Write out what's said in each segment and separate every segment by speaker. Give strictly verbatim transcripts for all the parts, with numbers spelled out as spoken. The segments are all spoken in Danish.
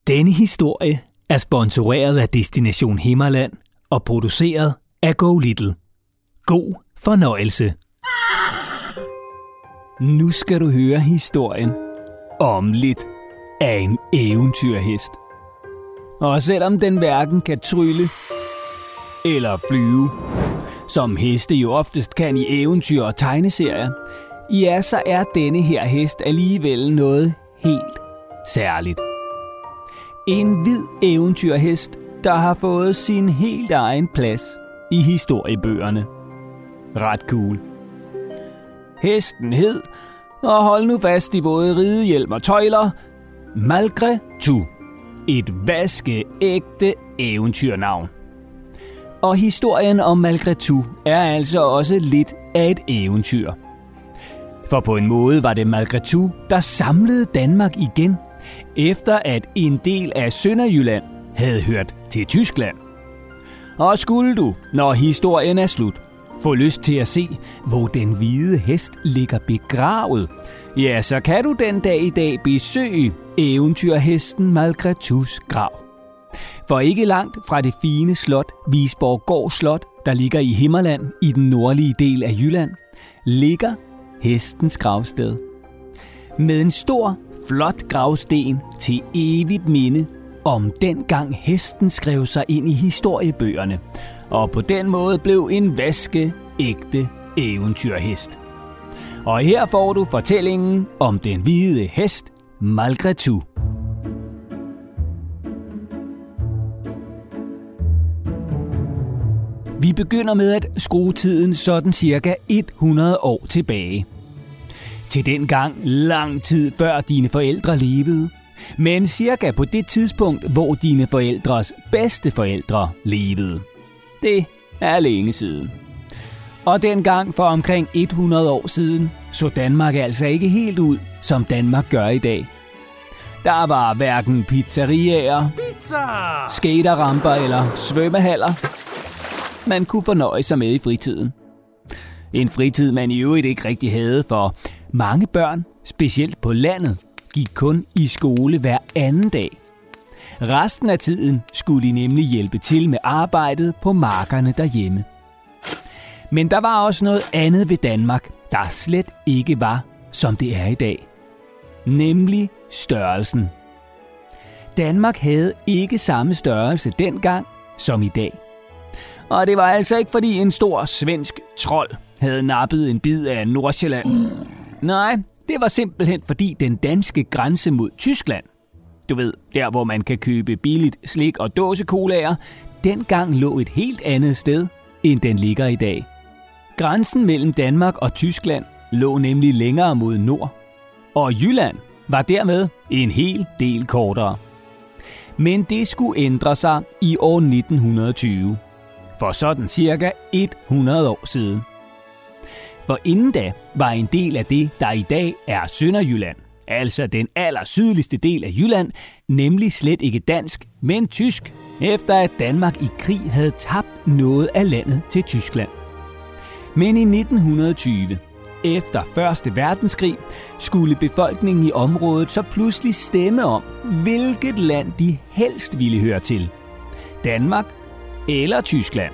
Speaker 1: Denne historie er sponsoreret af Destination Himmerland og produceret af Go Little. God fornøjelse. Nu skal du høre historien om lidt af en eventyrhest. Og selvom den hverken kan trylle eller flyve, som heste jo oftest kan i eventyr og tegneserier, ja, så er denne her hest alligevel noget helt særligt. En hvid eventyrhest, der har fået sin helt egen plads i historiebøgerne. Ret cool. Hesten hed, og hold nu fast i både ridehjelm og tøjler, Malgré Tout. Et vaskeægte eventyrnavn. Og historien om Malgré Tout er altså også lidt af et eventyr. For på en måde var det Malgré Tout, der samlede Danmark igen, efter at en del af Sønderjylland havde hørt til Tyskland. Og skulle du, når historien er slut, få lyst til at se, hvor den hvide hest ligger begravet, ja, så kan du den dag i dag besøge eventyrhesten Malgré Touts grav. For ikke langt fra det fine slot Visborggård Slot, der ligger i Himmerland i den nordlige del af Jylland, ligger hestens gravsted. Med en stor, flot gravsten til evigt minde om dengang hesten skrev sig ind i historiebøgerne, og på den måde blev en vaskeægte eventyrhest. Og her får du fortællingen om den hvide hest Malgré Tout. Vi begynder med at skrue tiden sådan cirka hundrede år tilbage. Til dengang lang tid før dine forældre levede, men cirka på det tidspunkt, hvor dine forældres bedsteforældre levede. Det er længe siden. Og dengang for omkring hundrede år siden, så Danmark altså ikke helt ud, som Danmark gør i dag. Der var hverken pizzeriaer, Pizza! skaterramper eller svømmehaller. Man kunne fornøje sig med i fritiden. En fritid, man i øvrigt ikke rigtig havde, for mange børn, specielt på landet, gik kun i skole hver anden dag. Resten af tiden skulle de nemlig hjælpe til med arbejdet på markerne derhjemme. Men der var også noget andet ved Danmark, der slet ikke var, som det er i dag. Nemlig størrelsen. Danmark havde ikke samme størrelse dengang som i dag. Og det var altså ikke fordi en stor svensk trold havde nappet en bid af Nordsjælland. Nej, det var simpelthen fordi den danske grænse mod Tyskland, du ved, der hvor man kan købe billigt slik og dåsekolaer, dengang lå et helt andet sted, end den ligger i dag. Grænsen mellem Danmark og Tyskland lå nemlig længere mod nord, og Jylland var dermed en hel del kortere. Men det skulle ændre sig i år nitten tyve, for sådan cirka hundrede år siden. For inden da var en del af det, der i dag er Sønderjylland, altså den allersydligste del af Jylland, nemlig slet ikke dansk, men tysk, efter at Danmark i krig havde tabt noget af landet til Tyskland. Men i nitten tyve, efter første verdenskrig, skulle befolkningen i området så pludselig stemme om, hvilket land de helst ville høre til. Danmark eller Tyskland.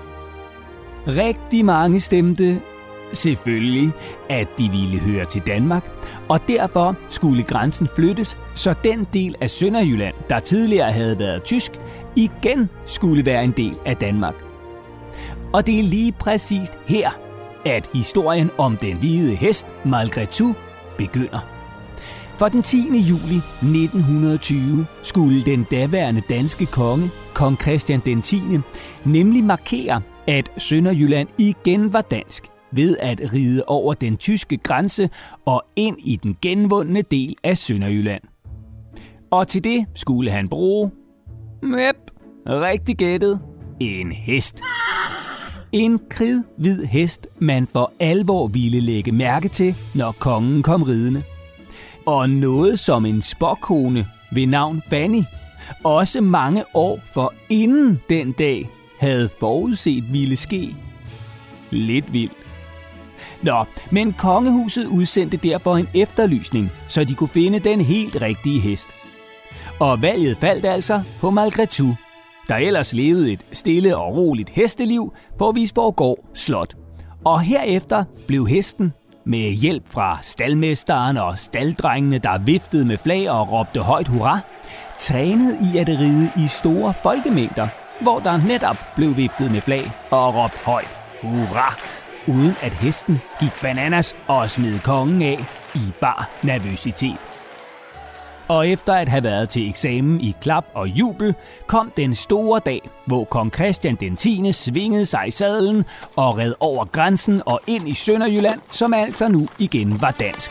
Speaker 1: Rigtig mange stemte selvfølgelig, at de ville høre til Danmark, og derfor skulle grænsen flyttes, så den del af Sønderjylland, der tidligere havde været tysk, igen skulle være en del af Danmark. Og det er lige præcis her, at historien om den hvide hest Malgré Tout begynder. For den tiende juli nitten tyve skulle den daværende danske konge, kong Christian den tiende, nemlig markere, at Sønderjylland igen var dansk, ved at ride over den tyske grænse og ind i den genvundne del af Sønderjylland. Og til det skulle han bruge, yep, rigtig gættet, en hest. En kridhvid hest, man for alvor ville lægge mærke til, når kongen kom ridende. Og noget som en spåkone ved navn Fanny, også mange år for inden den dag, havde forudset ville ske. Lidt vildt. Nå, men kongehuset udsendte derfor en efterlysning, så de kunne finde den helt rigtige hest. Og valget faldt altså på Malgré-Taux, der ellers levede et stille og roligt hesteliv på Visborggård Slot. Og herefter blev hesten, med hjælp fra staldmesteren og stalddrengene, der viftede med flag og råbte højt hurra, trænet i at ride i store folkemængder, hvor der netop blev viftet med flag og råbt højt hurra, uden at hesten gik bananas og smed kongen af i bar nervøsitet. Og efter at have været til eksamen i klap og jubel, kom den store dag, hvor kong Christian den tiende svingede sig i sadlen og red over grænsen og ind i Sønderjylland, som altså nu igen var dansk.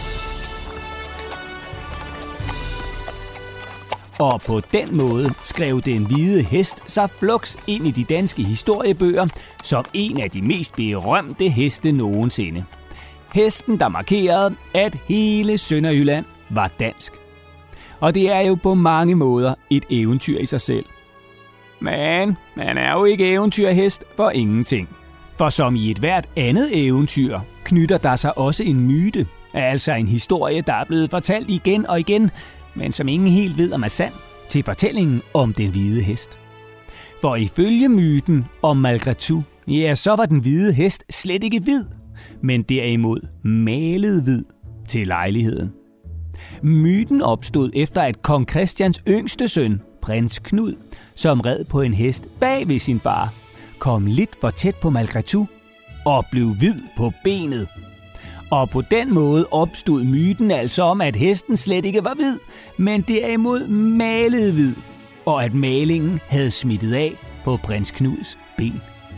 Speaker 1: Og på den måde skrev den hvide hest sig fluks ind i de danske historiebøger som en af de mest berømte heste nogensinde. Hesten, der markerede, at hele Sønderjylland var dansk. Og det er jo på mange måder et eventyr i sig selv. Men man er jo ikke eventyrhest for ingenting. For som i et hvert andet eventyr, knytter der sig også en myte, altså en historie, der er blevet fortalt igen og igen, men som ingen helt ved om er sand, til fortællingen om den hvide hest. For ifølge myten om Malgré-Taux, ja, så var den hvide hest slet ikke hvid, men derimod malet hvid til lejligheden. Myten opstod efter, at kong Christians yngste søn, prins Knud, som red på en hest bag ved sin far, kom lidt for tæt på Malgré-Taux og blev hvid på benet. Og på den måde opstod myten altså om, at hesten slet ikke var hvid, men derimod malet hvid, og at malingen havde smittet af på prins Knuds ben.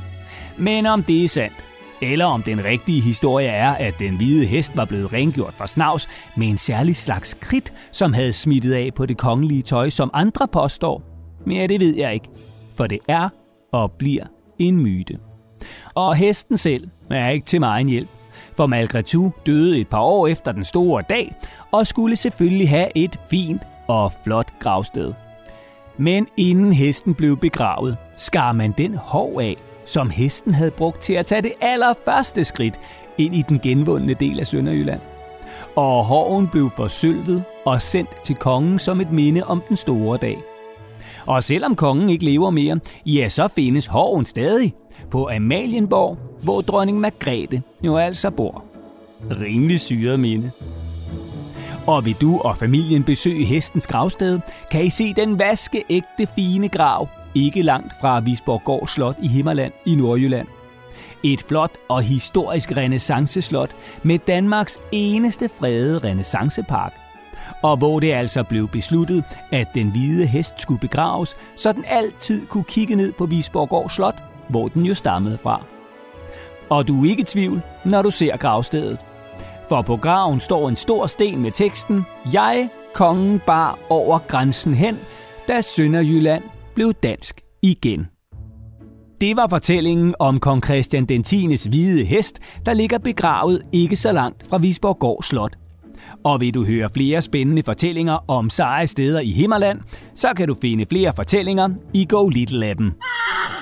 Speaker 1: Men om det er sandt, eller om den rigtige historie er, at den hvide hest var blevet rengjort fra snavs med en særlig slags kridt, som havde smittet af på det kongelige tøj, som andre påstår. Men ja, det ved jeg ikke, for det er og bliver en myte. Og hesten selv er ikke til megen hjælp, for Malgré-Taux døde et par år efter den store dag, og skulle selvfølgelig have et fint og flot gravsted. Men inden hesten blev begravet, skar man den hov af, som hesten havde brugt til at tage det allerførste skridt ind i den genvundne del af Sønderjylland. Og hoven blev forsølvet og sendt til kongen som et minde om den store dag. Og selvom kongen ikke lever mere, ja, så findes hoven stadig på Amalienborg, hvor dronning Margrethe jo altså bor. Rimelig syret minde. Og vil du og familien besøge hestens gravsted, kan I se den vaskeægte fine grav, ikke langt fra Visborggård Slot i Himmerland i Nordjylland. Et flot og historisk renæssanceslot med Danmarks eneste fredede renæssancepark. Og hvor det altså blev besluttet, at den hvide hest skulle begraves, så den altid kunne kigge ned på Visborggård Slot, hvor den jo stammede fra. Og du er ikke i tvivl, når du ser gravstedet. For på graven står en stor sten med teksten: Jeg, kongen, bar over grænsen hen, da Sønderjylland blev dansk igen. Det var fortællingen om kong Christian den tiendes hvide hest, der ligger begravet ikke så langt fra Visborggård Slot. Og vil du høre flere spændende fortællinger om seje steder i Himmerland, så kan du finde flere fortællinger i Go Little-appen.